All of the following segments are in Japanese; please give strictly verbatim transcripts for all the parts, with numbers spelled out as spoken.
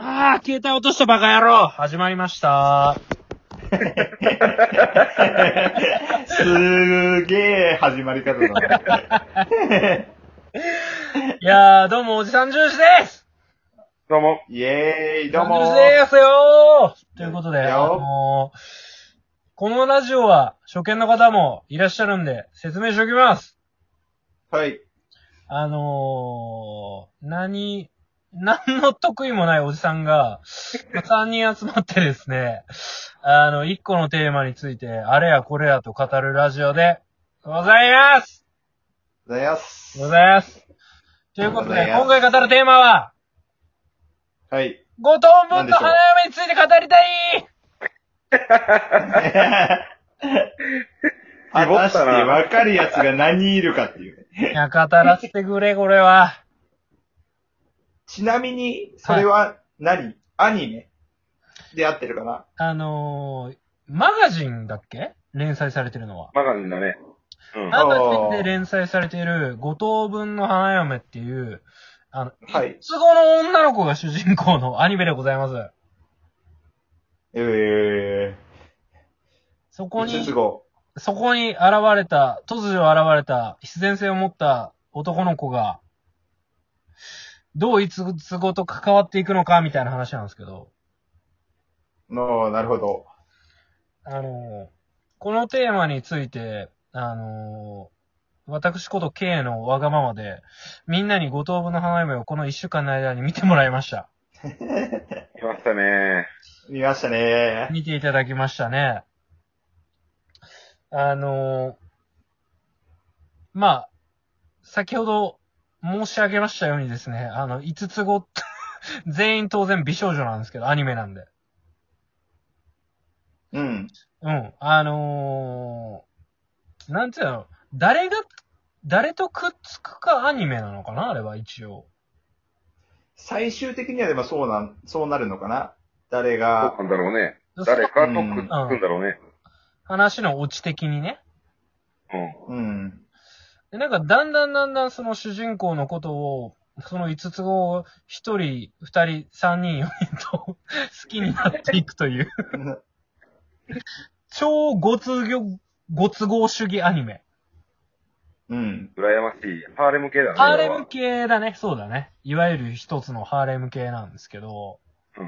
あー、携帯落としたバカ野郎始まりました。 すーげー始まり方だね。 いやー、どうも、おじさんジュースですどうも。イエーイ、どうもー。 おじさんジュースですよーということで、あよのー、このラジオは初見の方もいらっしゃるんで、説明しておきます。 はい。 あのー、何、何の得意もないおじさんが、さんにん集まってですね、あの、いっこのテーマについて、あれやこれやと語るラジオでございますございます。 ございます。ということで、今回語るテーマは、 はい。 五等分の花嫁について語りたい果たして分かるやつが何人いるかっていう。 いや、語らせてくれ、これは。 ちなみに、それは何、はい、アニメで合ってるかな？ あのー、マガジンだっけ？連載されてるのは。 マガジンだね。 うん。マガジンで連載されている五等分の花嫁っていう、あの、はい。いつごの女の子が主人公のアニメでございます。 ええー。 そこに、そこに現れた、突如現れた必然性を持った男の子が、どういつごと関わっていくのかみたいな話なんですけど。 のなるほど。 あの、このテーマについて、あの、私こと K のわがままで、みんなに五等分の花嫁をこの一週間の間に見てもらいました。 見ましたね。 見ましたね。 見ていただきましたね。あの、まあ、先ほど申し上げましたようにですね、あの、五つ子、全員当然美少女なんですけど、アニメなんで。 うん。 うん。あのー、なんていうの、誰が、誰とくっつくかアニメなのかなあれは一応。 最終的にはでもそうなん、そうなるのかな？誰が。 そうなんだろうね。誰かとくっつくんだろうね。うん、 話のオチ的にね。 うん。うん。 で、なんか、だんだんだんだんその主人公のことを、その五つ子を一人、二人、三人、四人と好きになっていくという。超ごつご、ご都合主義アニメ。 うん。 羨ましい。ハーレム系だね。 ハーレム系だね。そうだね。いわゆる一つのハーレム系なんですけど。うん。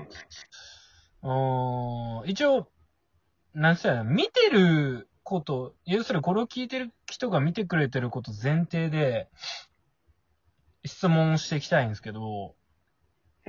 うーん。一応、なんすよね。見てること、要するにこれを聞いてる人が見てくれてること前提で、質問していきたいんですけど、 うん。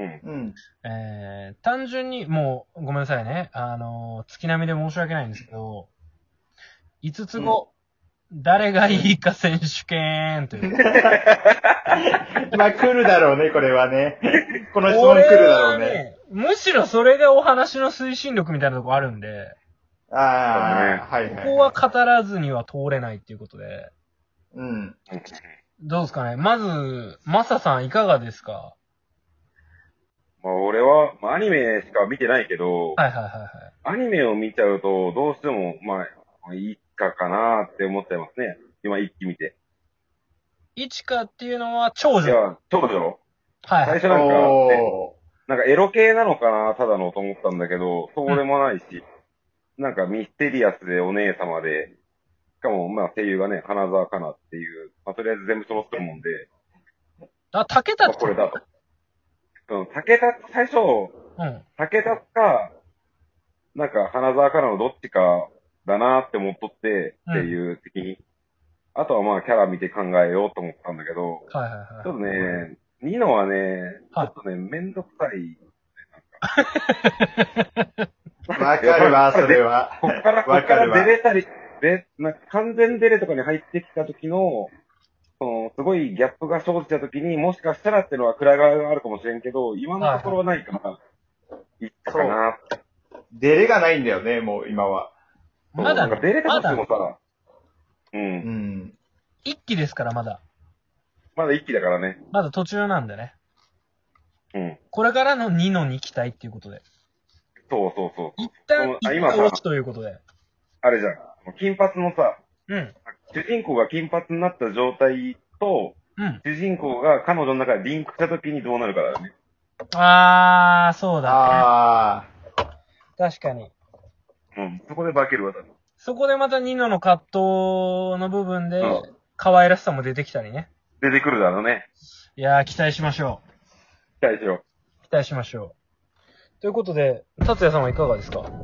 えー、単純に、もう、ごめんなさいね。あのー、月並みで申し訳ないんですけど、五つ子、うん、誰がいいか選手権という。 まあ来るだろうね、これはね。この質問来るだろうね。ねむしろそれがお話の推進力みたいなとこあるんで、 ああ、ね、はい、はい。 ここは語らずには通れないっていうことで。 うん。 どうですかね。まず、マサさんいかがですか？ まあ俺は、まあ、アニメしか見てないけど、 はいはいはいはい。 アニメを見ちゃうと、どうしても、まあ、いいかかなって思っちゃいますね。今一気見て。 いちかっていうのは長女。 いや、長女。 はい、 はい。最初なんか、なんかエロ系なのかな、ただのと思ったんだけど、そうでもないし、うん、なんかミステリアスでお姉様で、しかも、まあ、声優がね、花澤香菜っていう、まあ、とりあえず全部揃ってるもんで。 あ、竹田まあ、これだと。うん、竹田、最初、うん。竹田か、なんか、花澤香菜のどっちかだなって思っとって、っていう的に。うん、あとはまあ、キャラ見て考えようと思ったんだけど、 はいはいはい。 ちょっとね、ニノはね、ちょっとね、めんどくさい。 わかるわ、それは。 こっから、こっから出れたり、で、なんか完全出れとかに入ってきた時の、その、すごいギャップが生じた時に、もしかしたらっていうのは位があるかもしれんけど、今のところはないから、いったかなって。 出れがないんだよね、もう今は。 まだ、 なんか出れたとしてもさ、うん。うん。 一期ですから、まだ。 まだ一期だからね。 まだ途中なんでね。 うん。 これからのにのに期待っていうことで。 そうそうそう。 一旦、一旦落ちということで。 あれじゃん。金髪のさ、 うん。 主人公が金髪になった状態と、うん。主人公が彼女の中でリンクした時にどうなるかだよね。 あー、そうだね。 ああ。 確かに。 うん。そこで化けるわ、多分。 そこでまたニノの葛藤の部分でう、 可愛らしさも出てきたりね。 出てくるだろうね。 いやー、期待しましょ期待しよう。期待しましょう。ということで、達也さんはいかがですか？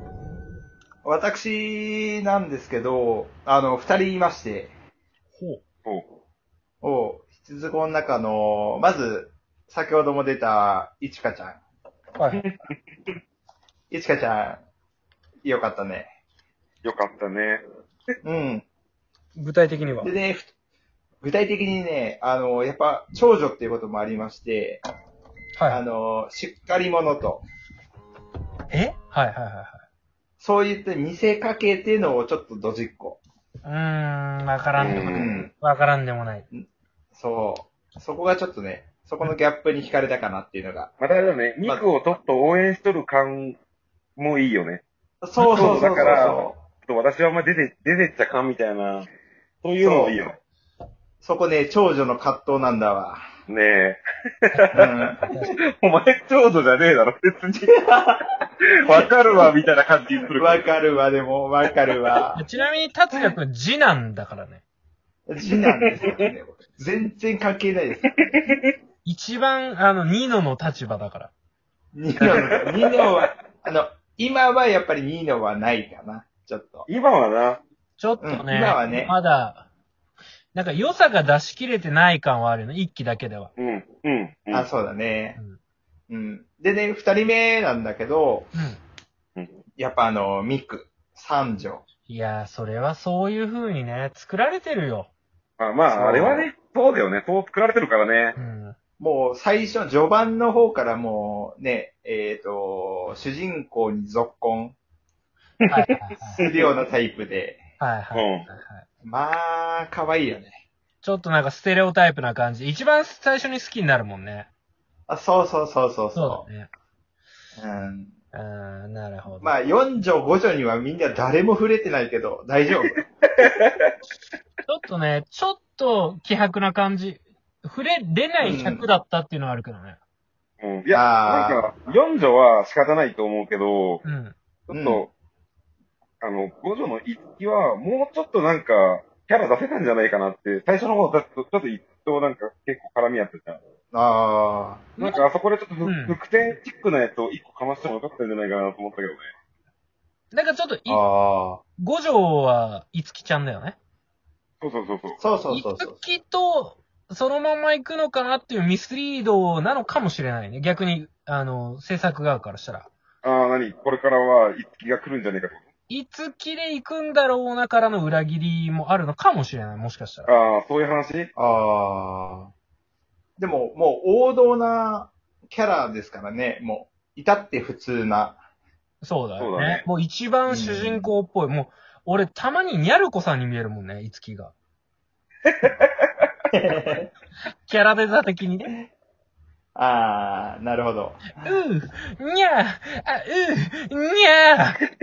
私なんですけど、あの、二人いまして、 ほう。 う。ほお羊子の中の、まず、先ほども出た、いちかちゃん。 はい。 いちかちゃん、よかったね。 う。よかったね。 うん。 具体的にはで。ね、ふ具体的にね、あの、やっぱ、長女っていうこともありまして、あはい。 の、しっかり者と、 えはいはいはいはい。 そういって見せかけてのちょっとドジっ子。 うーん、わからんでもうない。 ん。 わからんでもない。 そう。そこがちょっとね、そこのギャップに惹かれたかなっていうのが。 またあれだね、ミクをちょっと応援しとる感もいいよね。 そうそうそうそうだからそちょっと私はあんま出て、出てっちゃかんみたいな、そういうのもいいよね。 う。そこね、長女の葛藤なんだわ。 ねえ。 うん。 お前長女じゃねえだろ、別に。わかるわ、みたいな感じにする。 わかるわ、でも、わかるわ。 ちなみに、達也くん次男だからね。 次男ですよね。全然関係ないです。 一番、あの、ニノの立場だから。 ニノの、ニノは、あの、今はやっぱりニノはないかな。ちょっと。 今はな、 ちょっとね、 うん今はねまだ、なんか良さが出し切れてない感はあるよね、一期だけでは。 うん、うん、うん。 あ、そうだねう。ん。 うん。でね、二人目なんだけど、 うん。 やっぱあの、ミク、三女。 いやー、それはそういう風にね、作られてるよ。 あまそうあ、あれはね、そうだよね。そう作られてるからねう。ん。 もう最初、序盤の方からもうね、えっ、と、主人公に続婚はいはいするようなタイプで、 はい。はいはいはいはい。 まあ、可愛いよね。 ちょっとなんかステレオタイプな感じ。一番最初に好きになるもんね。 あ、そうそうそうそうそそうだね。 う。うん。 うーん、なるほど。 まあ、よん女、ご女にはみんな誰も触れてないけど、大丈夫。 ちょっとね、ちょっと気迫な感じ。触れれない尺だったっていうのはあるけどね。 うん。いや、 あーなんか、四女は仕方ないと思うけど、 うん。 ちょっと、あの、五女の一期は、もうちょっとなんか、キャラ出せたんじゃないかなって、最初の方だと、ちょっと一等なんか結構絡み合ってた。 あなんかあそこでちょっとふ、 うん伏線チックなやつを一個かましてもよかったんじゃないかなと思ったけどね。 なんかちょっといあ。、ああ。 五条は、いつきちゃんだよね。 そうそうそうそう。 そうそういそうそうつ。きと、そのまま行くのかなっていうミスリードなのかもしれないね。逆に、あの、制作側からしたら。 ああ、なにこれからは、一期が来るんじゃねえかと。 いつきで行くんだろうなからの裏切りもあるのかもしれない。もしかしたら。 ああ、そういう話ああ。でも、もう王道なキャラですからね。もう、至って普通な。 そうだよね。 そうだねもう一番主人公っぽい。もう、俺たまにニャルコさんに見えるもんね、いつきが。キャラデザ的にね。 ああ、なるほど。 うー、にゃー、あ、うー、にゃー。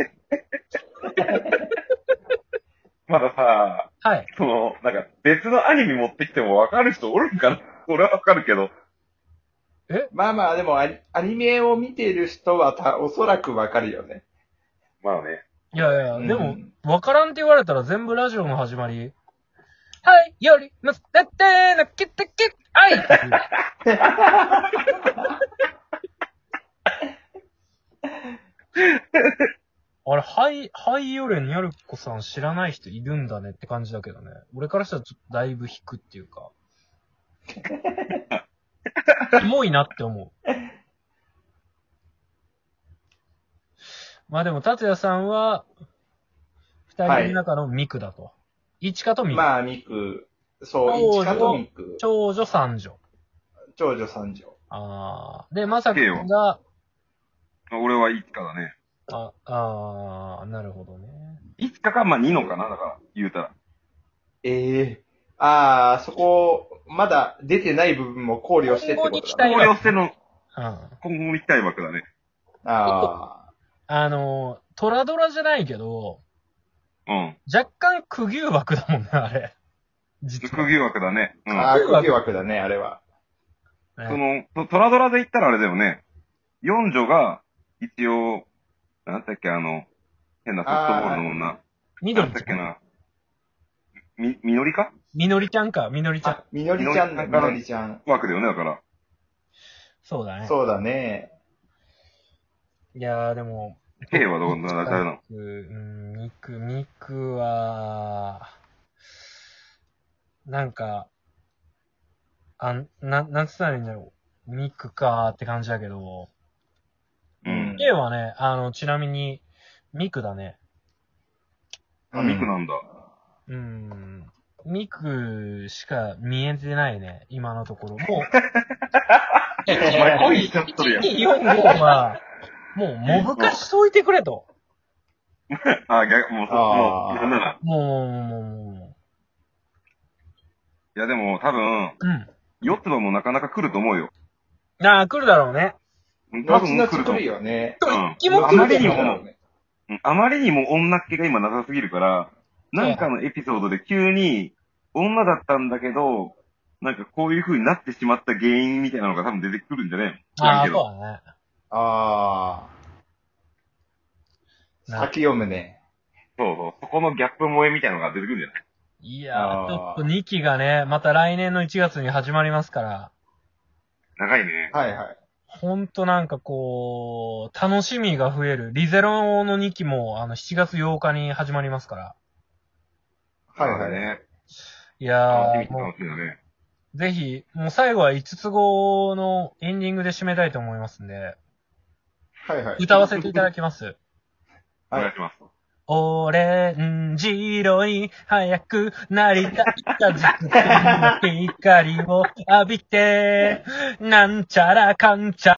まださ、 はい。 その、なんか別のアニメ持ってきてもわかる人おるんかな俺はわかるけど。 まあまあ、でもアニ、アニメを見てる人はた、おそらくわかるよね。 まあね。 いやいや、でもうん、 わからんって言われたら全部ラジオの始まり。はい、より、むすってってーな、きってき、あいあれ、はい、はいよれにやるこさん知らない人いるんだねって感じだけどね。俺からしたらちょっとだいぶ引くっていうか。キモいなって思う。まあでも、達也さんは、二人の中のミクだと。一花とミク。 まあ、ミク、そう、 長女一花とミク、 長女三女。 長女三女。 ああ。で、まさくんが、 俺はいつかだね。 あ、ああ、なるほどね。 いつかか、まあにのかなだから、言うたら。 ええああ、そこ、まだ出てない部分も考慮してってことだ今後に期待ね。 これを捨ての、 うん。 今後に行きたい枠だね。 ああの、トラドラじゃないけど、 うん。 若干苦牛枠だもんね、あれ。実は。 副業枠だね。うん。 あ、ああ、空気枠だね、あれは。 その、トトラドラで言ったらあれだよね。四女が、一応、なんだっけ、あの、変なソフトボールの女。 みどりちゃん。 なんだっけな。み、みのりかみのりちゃんか、みのりちゃん。 みのりちゃんだ、みのりちゃん。 枠だよね、だから。 そうだね。 そうだね。 いやー、でも、 K はどうな、誰なの？ うん、ミク、ミクは、なんか、あん、な、なんつったらいいんだろう。ミクかーって感じだけど、 うん。 K はね、あの、ちなみに、ミクだね。 あ、ミクなんだ。 うん。ミクしか見えてないね、今のところ。もう、 お前恋しちゃっとるやん。 いち、に、よん、ごは、もう、モブ化しといてくれと。 あ、逆、もう、そもう、なんなら。 もう、もう、もいや、でも、多分、 う、うん。 四つ葉もなかなか来ると思うよ。 ああ、来るだろうね。 多分後々 来ると思う。 来るよね。 うん。 気もあ来ると思うまりにも、うんあまりにも女っ気が今なさすぎるから、 そうなんかのエピソードで急に、女だったんだけど、なんかこういう風になってしまった原因みたいなのが多分出てくるんじゃねえの？知らああ、 んけど。 そうだね。 ああ。 な先読むね。 そうそう。そこのギャップ萌えみたいなのが出てくるんじゃない？ いやー、 あーちょっとにきがね、また来年のいちがつに始まりますから、 長いね。 はいはい。 ほんとなんかこう、楽しみが増える。リゼロのにきも、あの、しちがつようかに始まりますから。 はいはい。 ね。 いやー、 楽しみも楽しみだね。 う、ぜひ、もう最後はいつつごのエンディングで締めたいと思いますんで、 はいはい。 歌わせていただきます。 お願いします。 オレンジ色に早くなりたいかじくの光を浴びて、なんちゃらかんちゃ